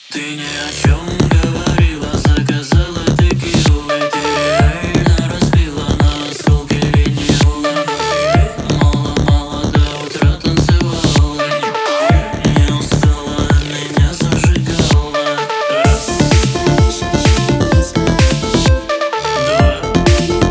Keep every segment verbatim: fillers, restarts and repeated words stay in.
Ты ни о чем говорила, заказала текилу, и ты реально разбила на осколки винила. Мало-мало до утра танцевала, не устала, меня зажигала. Раз, два, три,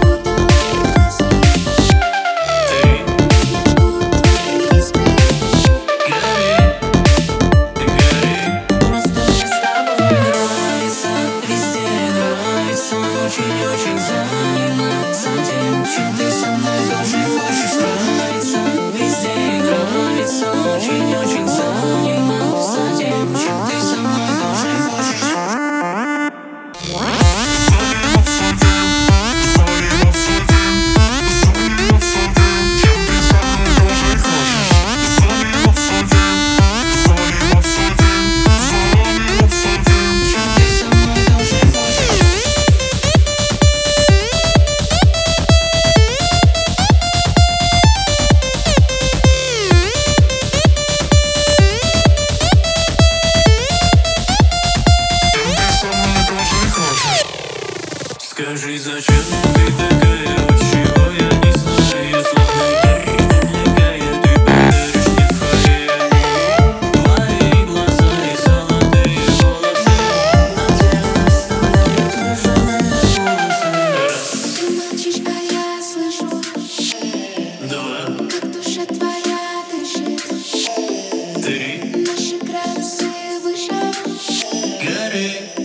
очень-очень заниматься тем, чем ты со мной тоже хочешь нравиться. Везде нравится, очень-очень заниматься тем, чем ты со мной тоже хочешь. Скажи, зачем ты такая, от чего я не знаю, словно дорогая, ты подаришь мне фойе. Твои глаза и золотые волосы на теле оставляют выжженные волосы. Ты молчишь, а я слышу. Два, как душа твоя дышит. три, Наши градусы выше. гори.